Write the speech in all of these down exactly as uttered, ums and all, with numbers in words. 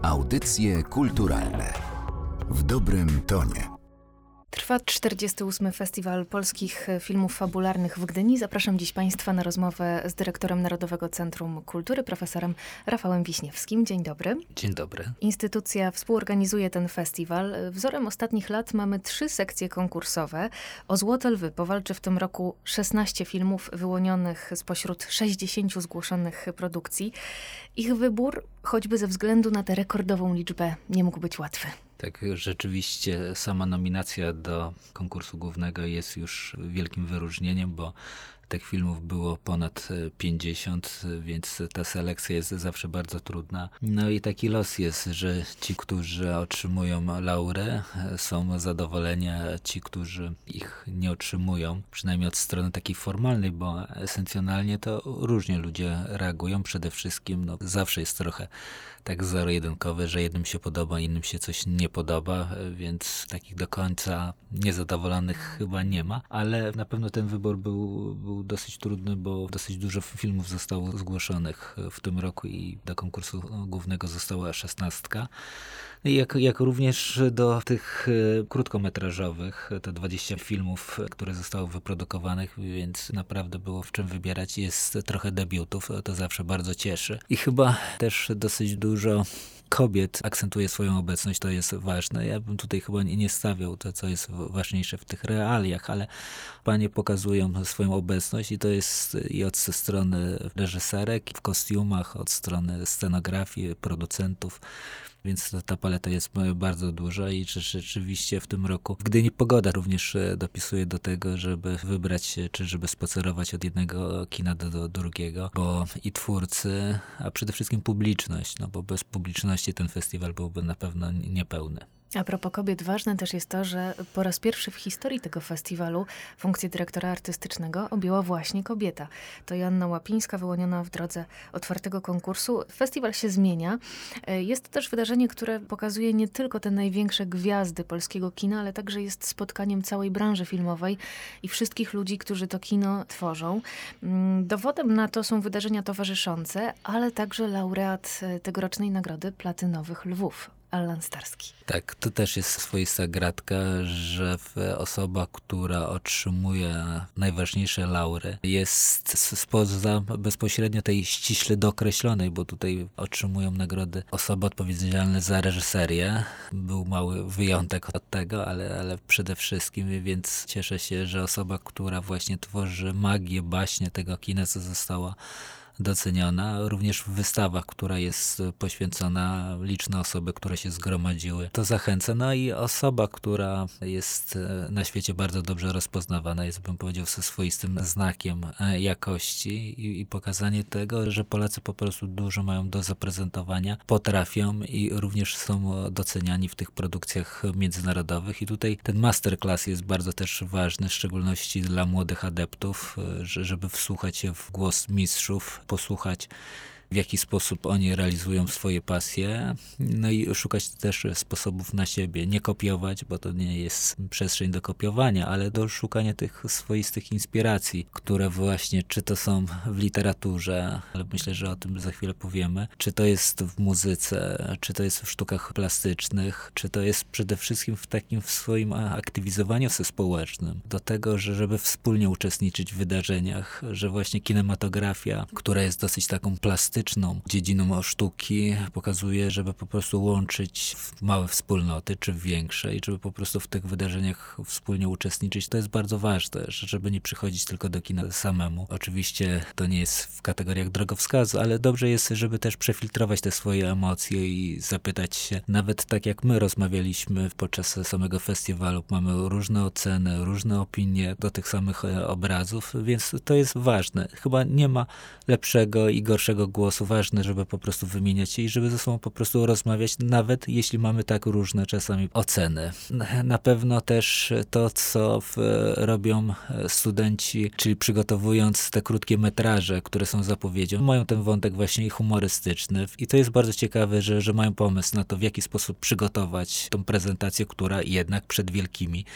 Audycje kulturalne w dobrym tonie. Trwa czterdziesty ósmy Festiwal Polskich Filmów Fabularnych w Gdyni. Zapraszam dziś Państwa na rozmowę z dyrektorem Narodowego Centrum Kultury, profesorem Rafałem Wiśniewskim. Dzień dobry. Dzień dobry. Instytucja współorganizuje ten festiwal. Wzorem ostatnich lat mamy trzy sekcje konkursowe. O Złote Lwy powalczy w tym roku szesnaście filmów wyłonionych spośród sześćdziesięciu zgłoszonych produkcji. Ich wybór, choćby ze względu na tę rekordową liczbę, nie mógł być łatwy. Tak, rzeczywiście sama nominacja do konkursu głównego jest już wielkim wyróżnieniem, bo tych filmów było ponad pięćdziesiąt, więc ta selekcja jest zawsze bardzo trudna. No i taki los jest, że ci, którzy otrzymują laurę, są zadowoleni, a ci, którzy ich nie otrzymują, przynajmniej od strony takiej formalnej, bo esencjonalnie to różnie ludzie reagują. Przede wszystkim no, zawsze jest trochę tak zero-jedynkowe, że jednym się podoba, innym się coś nie podoba, więc takich do końca niezadowolonych chyba nie ma, ale na pewno ten wybór był, był dosyć trudny, bo dosyć dużo filmów zostało zgłoszonych w tym roku i do konkursu głównego została szesnastka. Jak, jak również do tych krótkometrażowych, te dwadzieścia filmów, które zostały wyprodukowanych, więc naprawdę było w czym wybierać. Jest trochę debiutów, to zawsze bardzo cieszy. I chyba też dosyć dużo kobiet akcentuje swoją obecność, to jest ważne. Ja bym tutaj chyba nie, nie stawiał to, co jest ważniejsze w tych realiach, ale panie pokazują swoją obecność i to jest i od strony reżyserek w kostiumach, od strony scenografii, producentów. Więc ta paleta jest bardzo duża i rzeczywiście w tym roku w Gdyni pogoda również dopisuje do tego, żeby wybrać się, czy żeby spacerować od jednego kina do, do drugiego, bo i twórcy, a przede wszystkim publiczność, no bo bez publiczności ten festiwal byłby na pewno niepełny. A propos kobiet, ważne też jest to, że po raz pierwszy w historii tego festiwalu funkcję dyrektora artystycznego objęła właśnie kobieta. To Joanna Łapińska, wyłoniona w drodze otwartego konkursu. Festiwal się zmienia. Jest to też wydarzenie, które pokazuje nie tylko te największe gwiazdy polskiego kina, ale także jest spotkaniem całej branży filmowej i wszystkich ludzi, którzy to kino tworzą. Dowodem na to są wydarzenia towarzyszące, ale także laureat tegorocznej nagrody Platynowych Lwów, Allan Starski. Tak, to też jest swoista gratka, że osoba, która otrzymuje najważniejsze laury, jest spoza bezpośrednio tej ściśle dookreślonej, bo tutaj otrzymują nagrody osoby odpowiedzialne za reżyserię. Był mały wyjątek od tego, ale, ale przede wszystkim, więc cieszę się, że osoba, która właśnie tworzy magię, baśnie tego kina, co została doceniona, również w wystawach, która jest poświęcona, liczne osoby, które się zgromadziły. To zachęca. No i osoba, która jest na świecie bardzo dobrze rozpoznawana, jest, bym powiedział, ze swoistym znakiem jakości i, i pokazanie tego, że Polacy po prostu dużo mają do zaprezentowania, potrafią i również są doceniani w tych produkcjach międzynarodowych. I tutaj ten masterclass jest bardzo też ważny, w szczególności dla młodych adeptów, żeby wsłuchać się w głos mistrzów, posłuchać, w jaki sposób oni realizują swoje pasje, no i szukać też sposobów na siebie. Nie kopiować, bo to nie jest przestrzeń do kopiowania, ale do szukania tych swoistych inspiracji, które właśnie, czy to są w literaturze, ale myślę, że o tym za chwilę powiemy, czy to jest w muzyce, czy to jest w sztukach plastycznych, czy to jest przede wszystkim w takim w swoim aktywizowaniu się społecznym. Do tego, że żeby wspólnie uczestniczyć w wydarzeniach, że właśnie kinematografia, która jest dosyć taką plastyczną, dziedziną sztuki, pokazuje, żeby po prostu łączyć w małe wspólnoty, czy w większe i żeby po prostu w tych wydarzeniach wspólnie uczestniczyć. To jest bardzo ważne, żeby nie przychodzić tylko do kina samemu. Oczywiście to nie jest w kategoriach drogowskazu, ale dobrze jest, żeby też przefiltrować te swoje emocje i zapytać się, nawet tak jak my rozmawialiśmy podczas samego festiwalu, mamy różne oceny, różne opinie do tych samych obrazów, więc to jest ważne. Chyba nie ma lepszego i gorszego głosu. Ważne, żeby po prostu wymieniać się i żeby ze sobą po prostu rozmawiać, nawet jeśli mamy tak różne czasami oceny. Na pewno też to, co w, robią studenci, czyli przygotowując te krótkie metraże, które są zapowiedzią, mają ten wątek właśnie humorystyczny i to jest bardzo ciekawe, że, że mają pomysł na to, w jaki sposób przygotować tą prezentację, która jednak przed wielkimi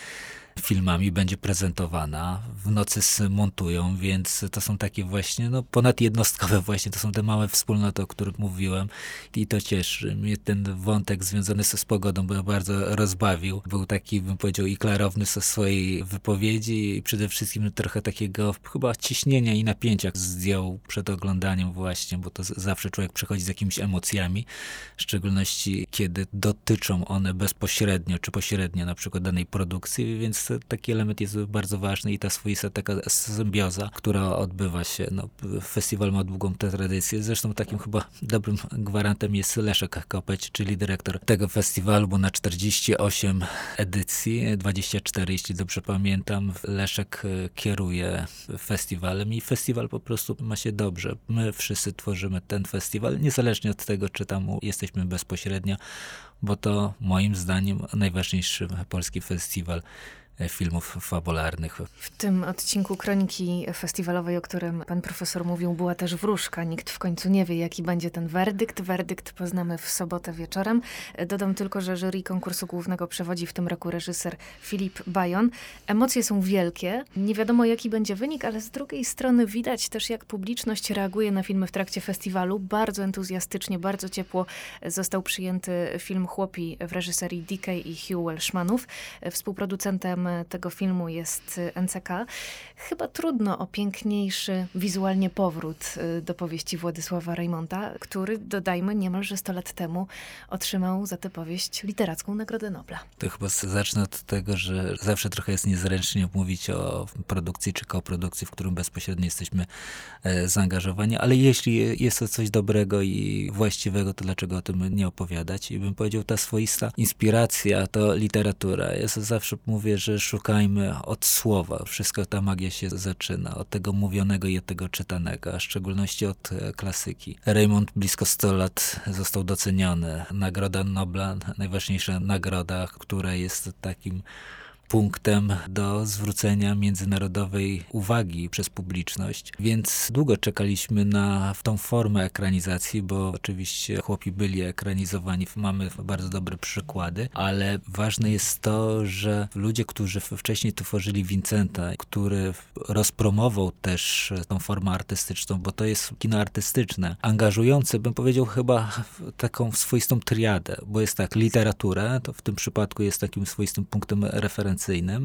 filmami będzie prezentowana, w nocy zmontują, więc to są takie właśnie, no ponadjednostkowe właśnie, to są te małe wspólnoty, o których mówiłem i to cieszy mnie. Ten wątek związany z pogodą bo bardzo rozbawił. Był taki, bym powiedział, i klarowny ze swojej wypowiedzi i przede wszystkim trochę takiego chyba ciśnienia i napięcia zdjął przed oglądaniem właśnie, bo to zawsze człowiek przychodzi z jakimiś emocjami, w szczególności kiedy dotyczą one bezpośrednio czy pośrednio na przykład danej produkcji, więc taki element jest bardzo ważny i ta swoista taka symbioza, która odbywa się. No, festiwal ma długą tę tradycję. Zresztą takim chyba dobrym gwarantem jest Leszek Kopeć, czyli dyrektor tego festiwalu, bo na czterdzieści osiem edycji, dwadzieścia cztery jeśli dobrze pamiętam, Leszek kieruje festiwalem i festiwal po prostu ma się dobrze. My wszyscy tworzymy ten festiwal, niezależnie od tego, czy tam jesteśmy bezpośrednio, bo to moim zdaniem najważniejszy polski festiwal filmów fabularnych. W tym odcinku Kroniki Festiwalowej, o którym pan profesor mówił, była też wróżka. Nikt w końcu nie wie, jaki będzie ten werdykt. Werdykt poznamy w sobotę wieczorem. Dodam tylko, że jury konkursu głównego przewodzi w tym roku reżyser Filip Bajon. Emocje są wielkie. Nie wiadomo, jaki będzie wynik, ale z drugiej strony widać też, jak publiczność reaguje na filmy w trakcie festiwalu. Bardzo entuzjastycznie, bardzo ciepło został przyjęty film Chłopi w reżyserii D K i Hugh Welshmanów. Współproducentem tego filmu jest N C K. Chyba trudno o piękniejszy wizualnie powrót do powieści Władysława Reymonta, który, dodajmy, niemalże sto lat temu otrzymał za tę powieść literacką Nagrodę Nobla. To chyba zacznę od tego, że zawsze trochę jest niezręcznie mówić o produkcji czy koprodukcji, w którym bezpośrednio jesteśmy zaangażowani, ale jeśli jest to coś dobrego i właściwego, to dlaczego o tym nie opowiadać? I bym powiedział, ta swoista inspiracja to literatura. Ja zawsze mówię, że szukajmy od słowa. Wszystko ta magia się zaczyna. Od tego mówionego i od tego czytanego, a w szczególności od klasyki. Reymont blisko sto lat został doceniony. Nagroda Nobla, najważniejsza nagroda, która jest takim punktem do zwrócenia międzynarodowej uwagi przez publiczność. Więc długo czekaliśmy na tą formę ekranizacji, bo oczywiście Chłopi byli ekranizowani, mamy bardzo dobre przykłady, ale ważne jest to, że ludzie, którzy wcześniej tworzyli Vincenta, który rozpromował też tą formę artystyczną, bo to jest kino artystyczne, angażujące, bym powiedział, chyba taką swoistą triadę, bo jest tak, literatura, to w tym przypadku jest takim swoistym punktem referencyjnym.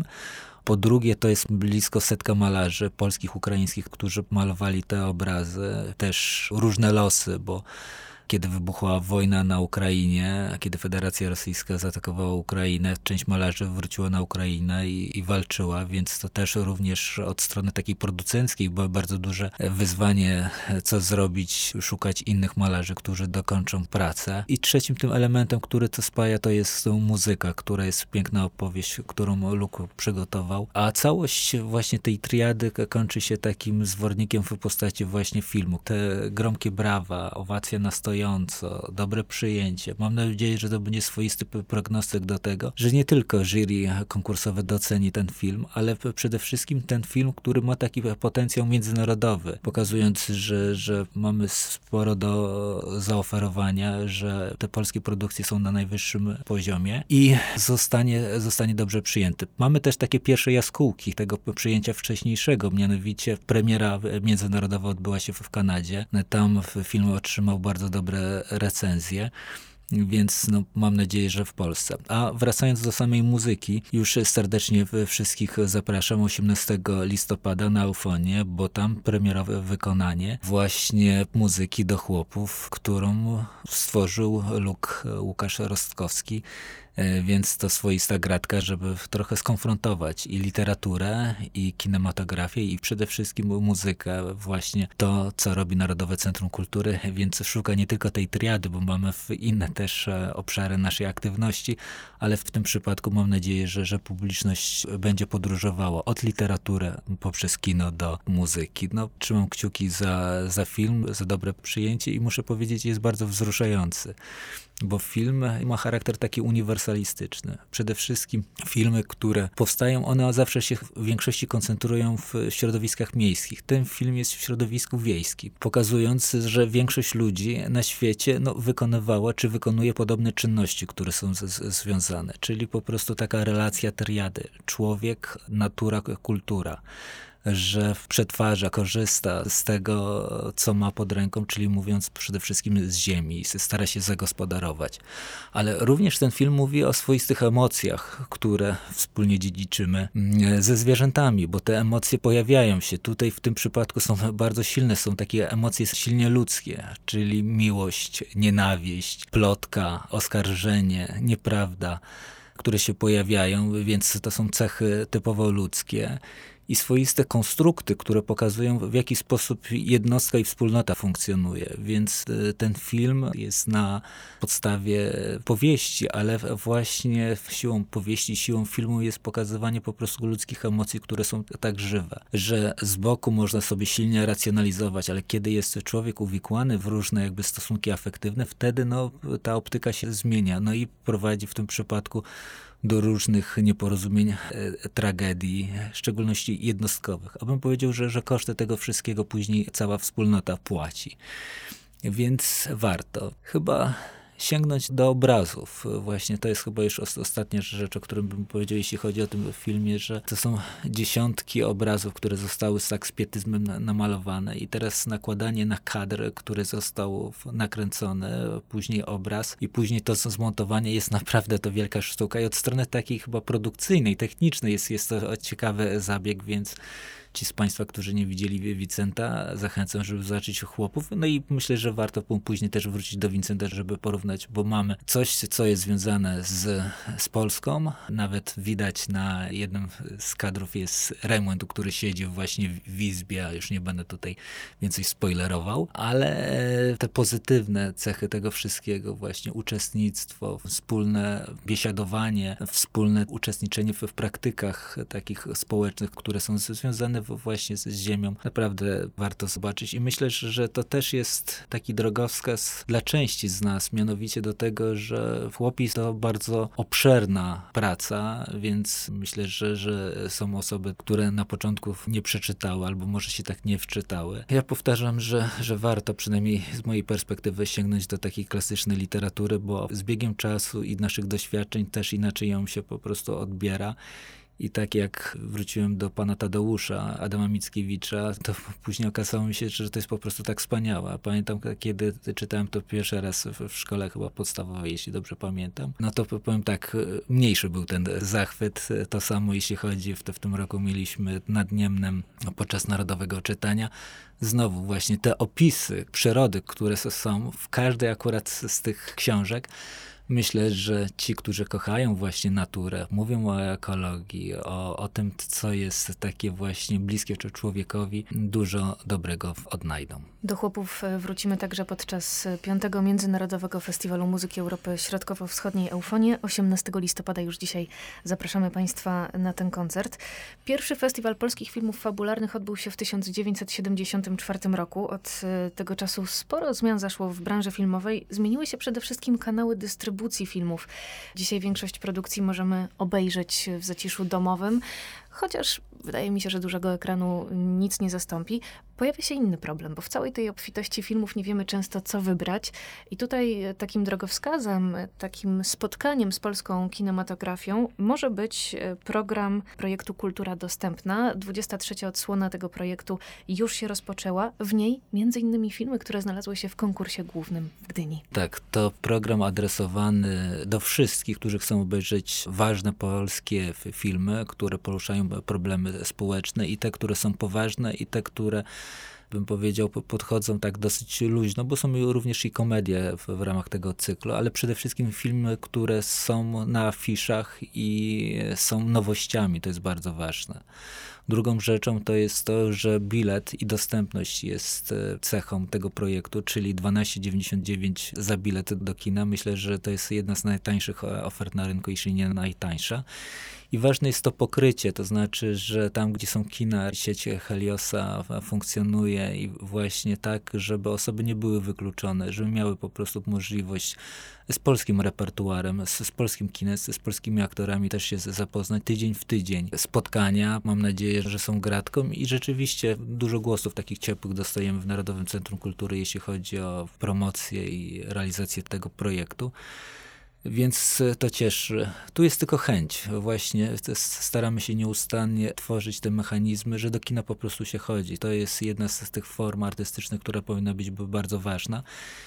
Po drugie, to jest blisko setka malarzy polskich, ukraińskich, którzy malowali te obrazy. Też różne losy, bo kiedy wybuchła wojna na Ukrainie, a kiedy Federacja Rosyjska zaatakowała Ukrainę, część malarzy wróciła na Ukrainę i, i walczyła, więc to też również od strony takiej producenckiej było bardzo duże wyzwanie, co zrobić, szukać innych malarzy, którzy dokończą pracę. I trzecim tym elementem, który to spaja, to jest muzyka, która jest piękna opowieść, którą Luke przygotował, a całość właśnie tej triady kończy się takim zwornikiem w postaci właśnie filmu. Te gromkie brawa, owacja na stojąco, dobre przyjęcie. Mam nadzieję, że to będzie swoisty prognostyk do tego, że nie tylko jury konkursowe doceni ten film, ale przede wszystkim ten film, który ma taki potencjał międzynarodowy, pokazując, że, że mamy sporo do zaoferowania, że te polskie produkcje są na najwyższym poziomie i zostanie, zostanie dobrze przyjęty. Mamy też takie pierwsze jaskółki tego przyjęcia wcześniejszego, mianowicie premiera międzynarodowa odbyła się w Kanadzie. Tam film otrzymał bardzo dobre recenzje. Więc no, mam nadzieję, że w Polsce. A wracając do samej muzyki, już serdecznie wszystkich zapraszam osiemnastego listopada na Eufonię, bo tam premierowe wykonanie właśnie muzyki do Chłopów, którą stworzył Luke Łukasz Rostkowski. Więc to swoista gratka, żeby trochę skonfrontować i literaturę, i kinematografię, i przede wszystkim muzykę, właśnie to, co robi Narodowe Centrum Kultury, więc szuka nie tylko tej triady, bo mamy inne też obszary naszej aktywności, ale w tym przypadku mam nadzieję, że, że publiczność będzie podróżowała od literatury poprzez kino do muzyki. No, trzymam kciuki za, za film, za dobre przyjęcie i muszę powiedzieć, jest bardzo wzruszający. bo film ma charakter taki uniwersalistyczny. Przede wszystkim filmy, które powstają, one zawsze się w większości koncentrują w środowiskach miejskich. Ten film jest w środowisku wiejskim, pokazując, że większość ludzi na świecie no, wykonywała czy wykonuje podobne czynności, które są z, z, związane. Czyli po prostu taka relacja triady. Człowiek, natura, kultura. Że przetwarza, korzysta z tego, co ma pod ręką, czyli mówiąc przede wszystkim z ziemi, stara się zagospodarować. Ale również ten film mówi o swoistych emocjach, które wspólnie dziedziczymy ze zwierzętami, bo te emocje pojawiają się. Tutaj w tym przypadku są bardzo silne, są takie emocje silnie ludzkie, czyli miłość, nienawiść, plotka, oskarżenie, nieprawda, które się pojawiają, więc to są cechy typowo ludzkie. I swoiste konstrukty, które pokazują, w jaki sposób jednostka i wspólnota funkcjonuje. Więc ten film jest na podstawie powieści, ale właśnie siłą powieści, siłą filmu jest pokazywanie po prostu ludzkich emocji, które są tak żywe, że z boku można sobie silnie racjonalizować, ale kiedy jest człowiek uwikłany w różne jakby stosunki afektywne, wtedy no, ta optyka się zmienia. No i prowadzi w tym przypadku do różnych nieporozumień, e, tragedii, w szczególności jednostkowych. A bym powiedział, że, że koszty tego wszystkiego później cała wspólnota płaci. Więc warto. Chyba sięgnąć do obrazów. Właśnie to jest chyba już ostatnia rzecz, o którym bym powiedział, jeśli chodzi o tym filmie, że to są dziesiątki obrazów, które zostały tak z pietyzmem namalowane i teraz nakładanie na kadr, który został nakręcony, później obraz i później to zmontowanie jest naprawdę to wielka sztuka i od strony takiej chyba produkcyjnej, technicznej jest, jest to ciekawy zabieg, więc ci z Państwa, którzy nie widzieli Vincenta, zachęcam, żeby zobaczyć Chłopów. No i myślę, że warto później też wrócić do Vincenta, żeby porównać, bo mamy coś, co jest związane z, z Polską. Nawet widać na jednym z kadrów jest Rejmont, który siedzi właśnie w izbie, a już nie będę tutaj więcej spoilerował, ale te pozytywne cechy tego wszystkiego, właśnie uczestnictwo, wspólne biesiadowanie, wspólne uczestniczenie w, w praktykach takich społecznych, które są związane właśnie z ziemią. Naprawdę warto zobaczyć i myślę, że to też jest taki drogowskaz dla części z nas, mianowicie do tego, że Chłopi to bardzo obszerna praca, więc myślę, że, że są osoby, które na początku nie przeczytały albo może się tak nie wczytały. Ja powtarzam, że, że warto przynajmniej z mojej perspektywy sięgnąć do takiej klasycznej literatury, bo z biegiem czasu i naszych doświadczeń też inaczej ją się po prostu odbiera. I tak jak wróciłem do pana Tadeusza, Adama Mickiewicza, to później okazało mi się, że to jest po prostu tak wspaniałe. Pamiętam, kiedy czytałem to pierwszy raz w, w szkole chyba podstawowej, jeśli dobrze pamiętam. No to powiem tak, mniejszy był ten zachwyt. To samo jeśli chodzi, w, to w tym roku mieliśmy nad Niemnem podczas Narodowego Czytania. Znowu właśnie te opisy przyrody, które są w każdej akurat z tych książek. Myślę, że ci, którzy kochają właśnie naturę, mówią o ekologii, o, o tym, co jest takie właśnie bliskie człowiekowi, dużo dobrego odnajdą. Do Chłopów wrócimy także podczas piątego Międzynarodowego Festiwalu Muzyki Europy Środkowo-Wschodniej Eufonie. osiemnastego listopada już dzisiaj zapraszamy Państwa na ten koncert. Pierwszy festiwal polskich filmów fabularnych odbył się w tysiąc dziewięćset siedemdziesiątym czwartym roku. Od tego czasu sporo zmian zaszło w branży filmowej. Zmieniły się przede wszystkim kanały dystrybucji filmów. Dzisiaj większość produkcji możemy obejrzeć w zaciszu domowym, chociaż wydaje mi się, że dużego ekranu nic nie zastąpi. Pojawia się inny problem, bo w całej tej obfitości filmów nie wiemy często, co wybrać. I tutaj takim drogowskazem, takim spotkaniem z polską kinematografią może być program projektu Kultura Dostępna. dwudziesta trzecia odsłona tego projektu już się rozpoczęła. W niej między innymi filmy, które znalazły się w konkursie głównym w Gdyni. Tak, to program adresowany do wszystkich, którzy chcą obejrzeć ważne polskie filmy, które poruszają problemy społeczne i te, które są poważne i te, które bym powiedział, podchodzą tak dosyć luźno, bo są również i komedie w, w ramach tego cyklu, ale przede wszystkim filmy, które są na afiszach i są nowościami, to jest bardzo ważne. Drugą rzeczą to jest to, że bilet i dostępność jest cechą tego projektu, czyli dwanaście dziewięćdziesiąt dziewięć za bilet do kina. Myślę, że to jest jedna z najtańszych ofert na rynku, jeśli nie najtańsza. I ważne jest to pokrycie, to znaczy, że tam, gdzie są kina, sieć Heliosa funkcjonuje i właśnie tak, żeby osoby nie były wykluczone, żeby miały po prostu możliwość z polskim repertuarem, z, z polskim kinem, z, z polskimi aktorami też się zapoznać tydzień w tydzień. Spotkania, mam nadzieję, że są gratką i rzeczywiście dużo głosów takich ciepłych dostajemy w Narodowym Centrum Kultury, jeśli chodzi o promocję i realizację tego projektu. Więc to cieszy. Tu jest tylko chęć. Właśnie staramy się nieustannie tworzyć te mechanizmy, że do kina po prostu się chodzi. To jest jedna z tych form artystycznych, która powinna być bardzo ważna.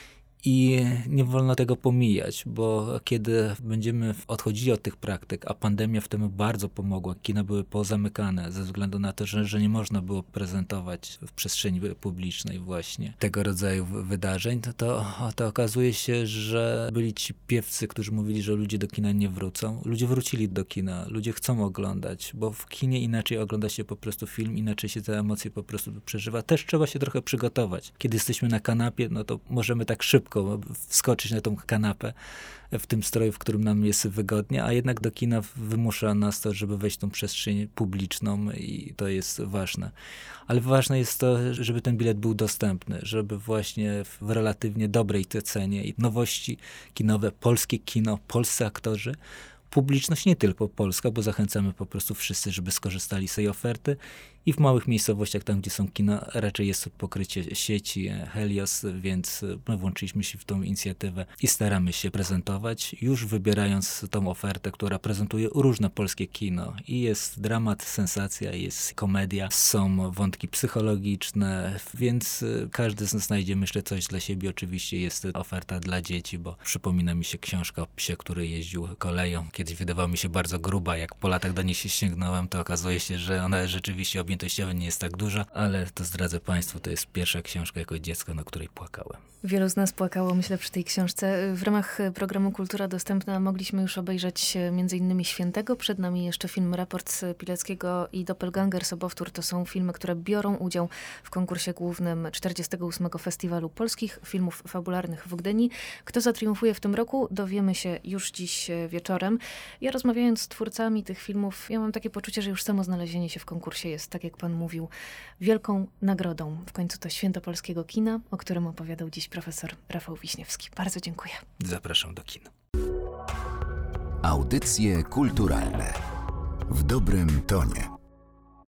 I nie wolno tego pomijać, bo kiedy będziemy odchodzili od tych praktyk, a pandemia w tym bardzo pomogła, kina były pozamykane ze względu na to, że, że nie można było prezentować w przestrzeni publicznej właśnie tego rodzaju wydarzeń, to, to okazuje się, że byli ci piewcy, którzy mówili, że ludzie do kina nie wrócą. Ludzie wrócili do kina, ludzie chcą oglądać, bo w kinie inaczej ogląda się po prostu film, inaczej się te emocje po prostu przeżywa. Też trzeba się trochę przygotować. Kiedy jesteśmy na kanapie, no to możemy tak szybko wskoczyć na tą kanapę w tym stroju, w którym nam jest wygodnie, a jednak do kina wymusza nas to, żeby wejść w tą przestrzeń publiczną i to jest ważne. Ale ważne jest to, żeby ten bilet był dostępny, żeby właśnie w relatywnie dobrej cenie i nowości kinowe, polskie kino, polscy aktorzy, publiczność nie tylko polska, bo zachęcamy po prostu wszyscy, żeby skorzystali z tej oferty i w małych miejscowościach, tam gdzie są kina, raczej jest pokrycie sieci Helios, więc my włączyliśmy się w tą inicjatywę i staramy się prezentować, już wybierając tą ofertę, która prezentuje różne polskie kino. I jest dramat, sensacja, jest komedia, są wątki psychologiczne, więc każdy z nas znajdzie, myślę, coś dla siebie. Oczywiście jest oferta dla dzieci, bo przypomina mi się książka o psie, który jeździł koleją. Kiedyś wydawała mi się bardzo gruba, jak po latach do niej się sięgnąłem, to okazuje się, że ona rzeczywiście objętościowo nie jest tak duża, ale to zdradzę Państwu, to jest pierwsza książka jako dziecko, na której płakałem. Wielu z nas płakało, myślę, przy tej książce. W ramach programu Kultura Dostępna mogliśmy już obejrzeć między innymi Świętego. Przed nami jeszcze film Raport Pileckiego i Doppelganger Sobowtór. To są filmy, które biorą udział w konkursie głównym czterdziestego ósmego Festiwalu Polskich Filmów Fabularnych w Gdyni. Kto zatriumfuje w tym roku, dowiemy się już dziś wieczorem. Ja rozmawiając z twórcami tych filmów, ja mam takie poczucie, że już samo znalezienie się w konkursie jest, tak jak pan mówił, wielką nagrodą. W końcu to święto polskiego kina, o którym opowiadał dziś profesor Rafał Wiśniewski. Bardzo dziękuję. Zapraszam do kin. Audycje kulturalne w dobrym tonie.